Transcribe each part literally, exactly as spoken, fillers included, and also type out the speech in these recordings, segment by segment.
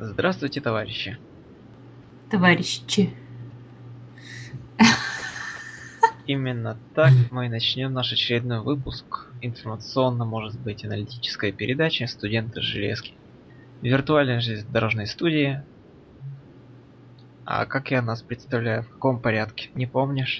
Здравствуйте, товарищи. Товарищи. Именно так мы начнем наш очередной выпуск информационно, может быть, аналитической передачи «Студенты железки». Виртуальной железнодорожной студии. А как я нас представляю, в каком порядке? Не помнишь?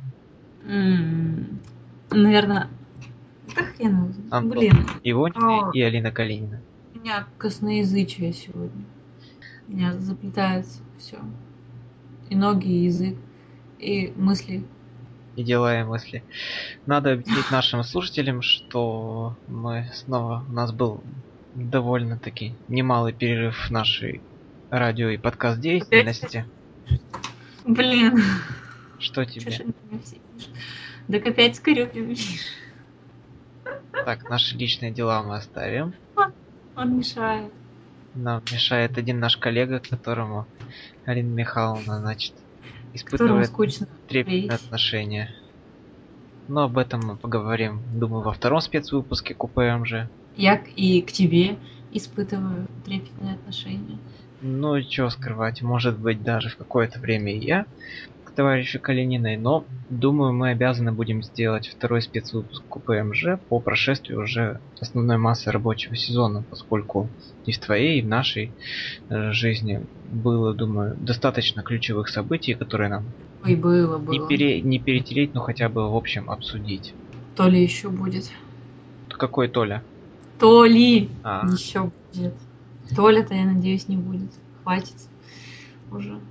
М, Наверное, да хрен его знает. Антон Блин, Ионин а, и Алина Калинина. у меня косноязычие сегодня. У меня заплетается все. И ноги, и язык, и мысли. И дела и мысли. Надо объяснить нашим слушателям, что мы снова... У нас был довольно-таки немалый перерыв в нашей радио и подкаст Опять? деятельности. Блин, Что чё ж тебе? они меня все пишут? Так опять скорюкин пишет. Так, наши личные дела мы оставим. Он, он мешает. Нам мешает один наш коллега, к которому Алина Михайловна, значит, Которому испытывает скучно трепетное рейс. отношение. Но об этом мы поговорим, думаю, во втором спецвыпуске КУПМЖ. Я к- и к тебе испытываю трепетные отношения. Ну и чего скрывать, может быть, даже в какое-то время и я к товарищу Калининой, но думаю, мы обязаны будем сделать второй спецвыпуск КУПМЖ по прошествию уже основной массы рабочего сезона, поскольку и в твоей, и в нашей э, жизни было, думаю, достаточно ключевых событий, которые нам Ой, было, не, было. пере, не перетереть, но хотя бы в общем обсудить. То ли еще будет. Какой Толя? То ли А, еще будет. То ли-то, я надеюсь, не будет. Хватит уже.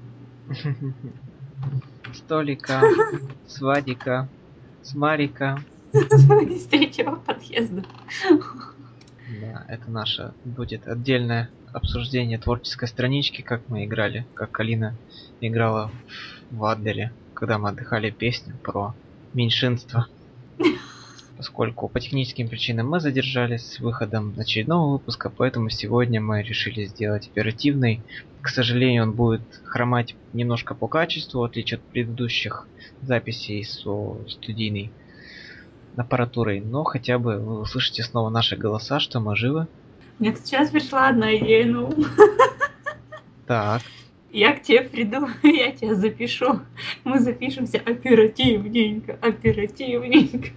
с Толика, с Вадика, с Марика. Из третьего подъезда. Да, это наше будет отдельное обсуждение творческой странички, как мы играли, как Алина играла в Адлере, когда мы отдыхали песню про меньшинство. Поскольку по техническим причинам мы задержались с выходом очередного выпуска, поэтому сегодня мы решили сделать оперативный. К сожалению, он будет хромать немножко по качеству, в отличие от предыдущих записей со студийной аппаратурой, но хотя бы вы услышите снова наши голоса, что мы живы. Мне тут сейчас пришла одна идея, ну, Так, я к тебе приду, я тебя запишу. Мы запишемся оперативненько, оперативненько.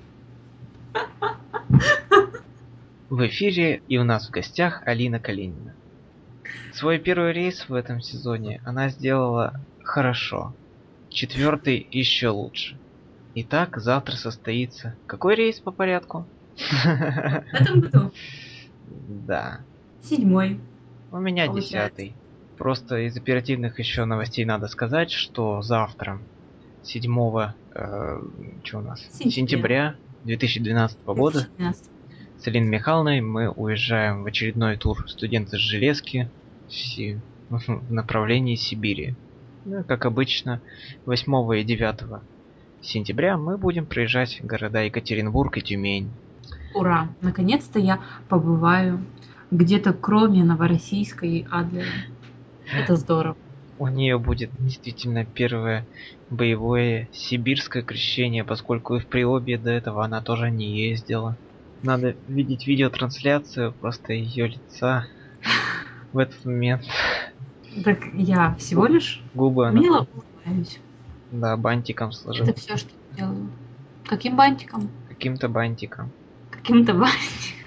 в эфире и у нас в гостях Алина Калинина. Свой первый рейс в этом сезоне она сделала хорошо. Четвертый еще лучше. Итак, завтра состоится... Какой рейс по порядку? В этом году Да, седьмой. у меня Получается. десятый. Просто из оперативных еще новостей надо сказать, что завтра, седьмого э, что у нас? Сентября. сентября две тысячи двенадцатого года, две тысячи двенадцатого. с Алиной Михайловной мы уезжаем в очередной тур «Студенты с железки» в, Си- в направлении Сибири. Ну, как обычно, восьмого и девятого сентября мы будем проезжать города Екатеринбург и Тюмень. Ура! Наконец-то я побываю где-то кроме Новороссийска и Адлера. Это здорово. У нее будет действительно первое боевое сибирское крещение, поскольку и в Приобье до этого она тоже не ездила. Надо видеть видеотрансляцию просто ее лица в этот момент. Так я всего лишь Губы она, мило улыбаюсь. да, бантиком сложила. Это все, что я делаю. Каким бантиком? Каким-то бантиком. Каким-то бантиком.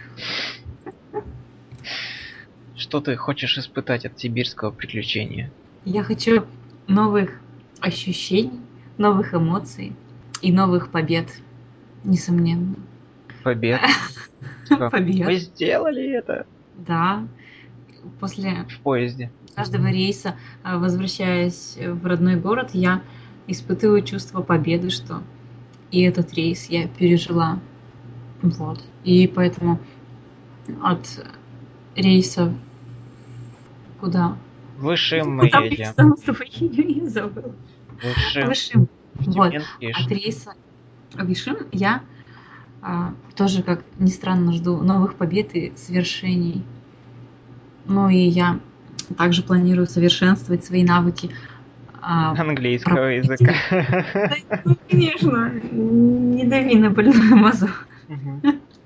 Что ты хочешь испытать от сибирского приключения? Я хочу новых ощущений, новых эмоций и новых побед. Несомненно. Побед. Типа, Побед. мы сделали это Да. После в поезде. каждого рейса, а, возвращаясь в родной город, я испытываю чувство победы, что и этот рейс я пережила. Вот. И поэтому от рейса куда? Выше мы Куда едем. там свое имя забыла? Выше. Вышим. В Вот. Тюменский. От рейса Вишим я а, тоже, как ни странно, жду новых побед и свершений. Ну и я также планирую совершенствовать свои навыки а, Английского работать. языка. Да, ну, конечно, не дави на больную мазу. Мгм.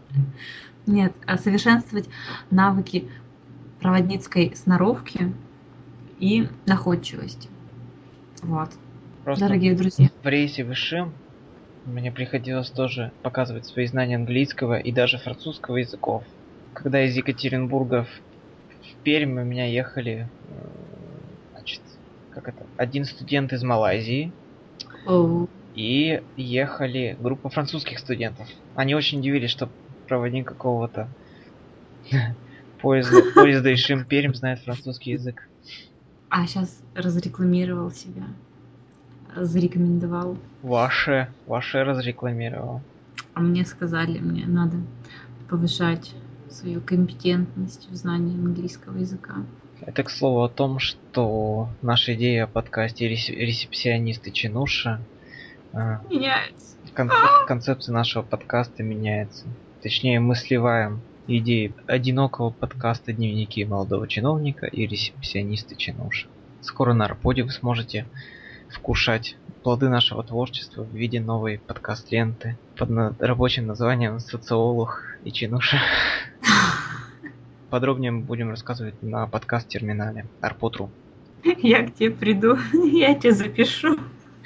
Нет, а совершенствовать навыки проводницкой сноровки и находчивости. Вот. Просто Дорогие друзья. в рейсе в Ишим мне приходилось тоже показывать свои знания английского и даже французского языков. Когда из Екатеринбурга в, в Пермь у меня ехали, э, значит, как это, один студент из Малайзии, Оу. и ехали группа французских студентов. Они очень удивились, что проводник какого-то поезда, поезда Ишим-Пермь знает французский язык. А сейчас разрекламировал себя. Зарекомендовал. Ваше, ваше разрекламировал. А мне сказали, мне надо повышать свою компетентность в знании английского языка. Это, к слову, о том, что наша идея о подкасте «Ресепсионист и Чинуша» меняется. Концеп- концепция нашего подкаста меняется. Точнее, мы сливаем идеи одинокого подкаста «Дневники молодого чиновника» и «Ресепсиониста Чинуша». Скоро на Арподе вы сможете вкушать плоды нашего творчества в виде новой подкаст-ленты под на- рабочим названием «Социолог и Чинуша». Подробнее мы будем рассказывать на подкаст-терминале Арпод.ру. Я к тебе приду, я тебя запишу.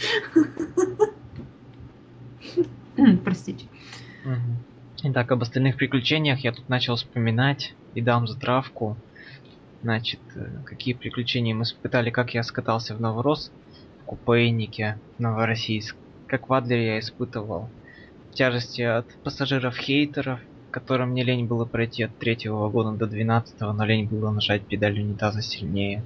Простите. Угу. Итак, об остальных приключениях я тут начал вспоминать и дам затравку. Значит, какие приключения мы испытали, как я скатался в Новорос, в купейнике, в Новороссийск, как в Адлере я испытывал тяжести от пассажиров-хейтеров, которым мне лень было пройти от третьего вагона до двенадцатого, но лень было нажать педаль унитаза сильнее.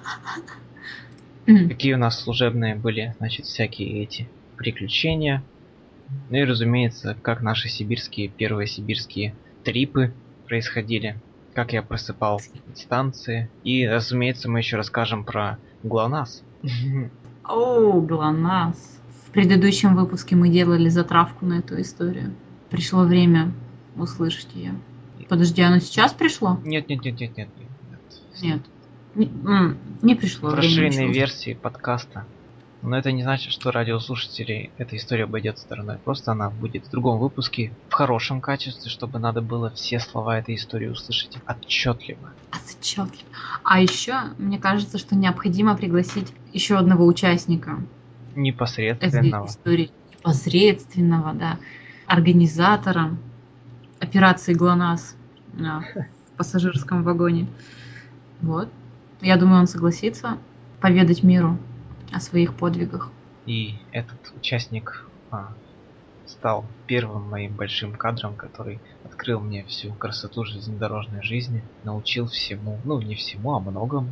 Какие у нас служебные были, значит, всякие эти приключения. Ну и, разумеется, как наши сибирские, первые сибирские трипы происходили, как я просыпал станции. И, разумеется, мы еще расскажем про ГЛОНАСС. О, ГЛОНАСС. В предыдущем выпуске мы делали затравку на эту историю. Пришло время услышать ее. Подожди, оно сейчас пришло? Нет, нет, нет, нет, нет, нет. Нет. Не, м, не пришло В время. расширенной еще. версии подкаста. Но это не значит, что радиослушателей эта история обойдет стороной. Просто она будет в другом выпуске, в хорошем качестве, чтобы надо было все слова этой истории услышать отчетливо. Отчетливо. А еще, мне кажется, что необходимо пригласить еще одного участника этой Непосредственного. истории. Непосредственного, да. Организатора операции ГЛОНАСС а, в пассажирском вагоне. Вот. Я думаю, он согласится поведать миру о своих подвигах. И этот участник а, стал первым моим большим кадром, который открыл мне всю красоту железнодорожной жизни, научил всему, ну не всему, а многому.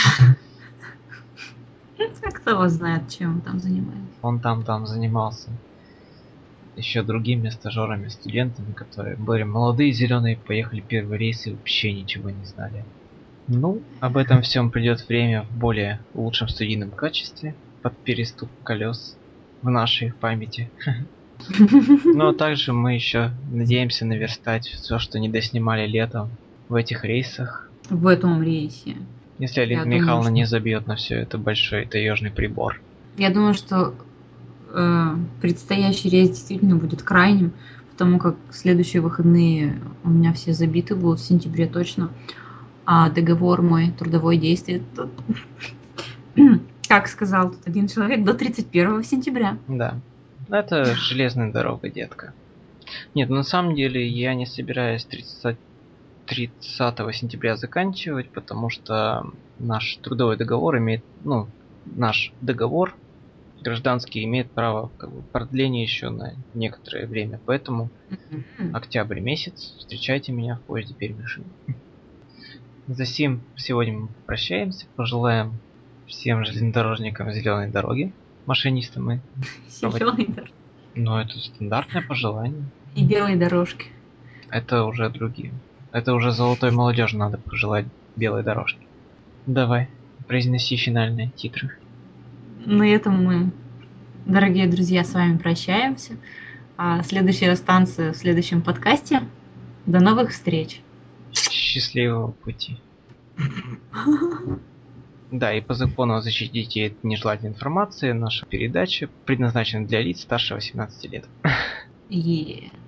А кто вас знает, чем он там занимается? Он там там занимался еще другими стажерами, студентами, которые были молодые, зеленые, поехали первый рейс и вообще ничего не знали. Ну, об этом всем придет время в более лучшем студийном качестве, под перестук колес в нашей памяти. Но также мы еще надеемся наверстать все, что не доснимали летом в этих рейсах. В этом рейсе. Если Алина Михайловна не забьет на все это большой таежный прибор. Я думаю, что э, предстоящий рейс действительно будет крайним, потому как следующие выходные у меня все забиты будут в сентябре точно. А договор мой трудовой действует, как сказал тут один человек, до тридцать первого сентября. Да. Это железная дорога, детка. Нет, на самом деле я не собираюсь тридцатого сентября заканчивать, потому что наш трудовой договор имеет, ну, наш договор гражданский имеет право как бы продления еще на некоторое время. Поэтому mm-hmm. октябрь месяц, встречайте меня в поезде Пермь-Ишим. За сим сегодня мы прощаемся, пожелаем всем железнодорожникам зеленой дороги, машинистам и... Зеленой дороги. Ну, это стандартное пожелание. И белой дорожки. Это уже другие. Это уже золотой молодежи надо пожелать белой дорожки. Давай, произноси финальные титры. На этом мы, дорогие друзья, с вами прощаемся. А следующая станция в следующем подкасте. До новых встреч. Счастливого пути. Да, и по закону о защите детей от нежелательной информации наша передача предназначена для лиц старше восемнадцати лет. Yeah.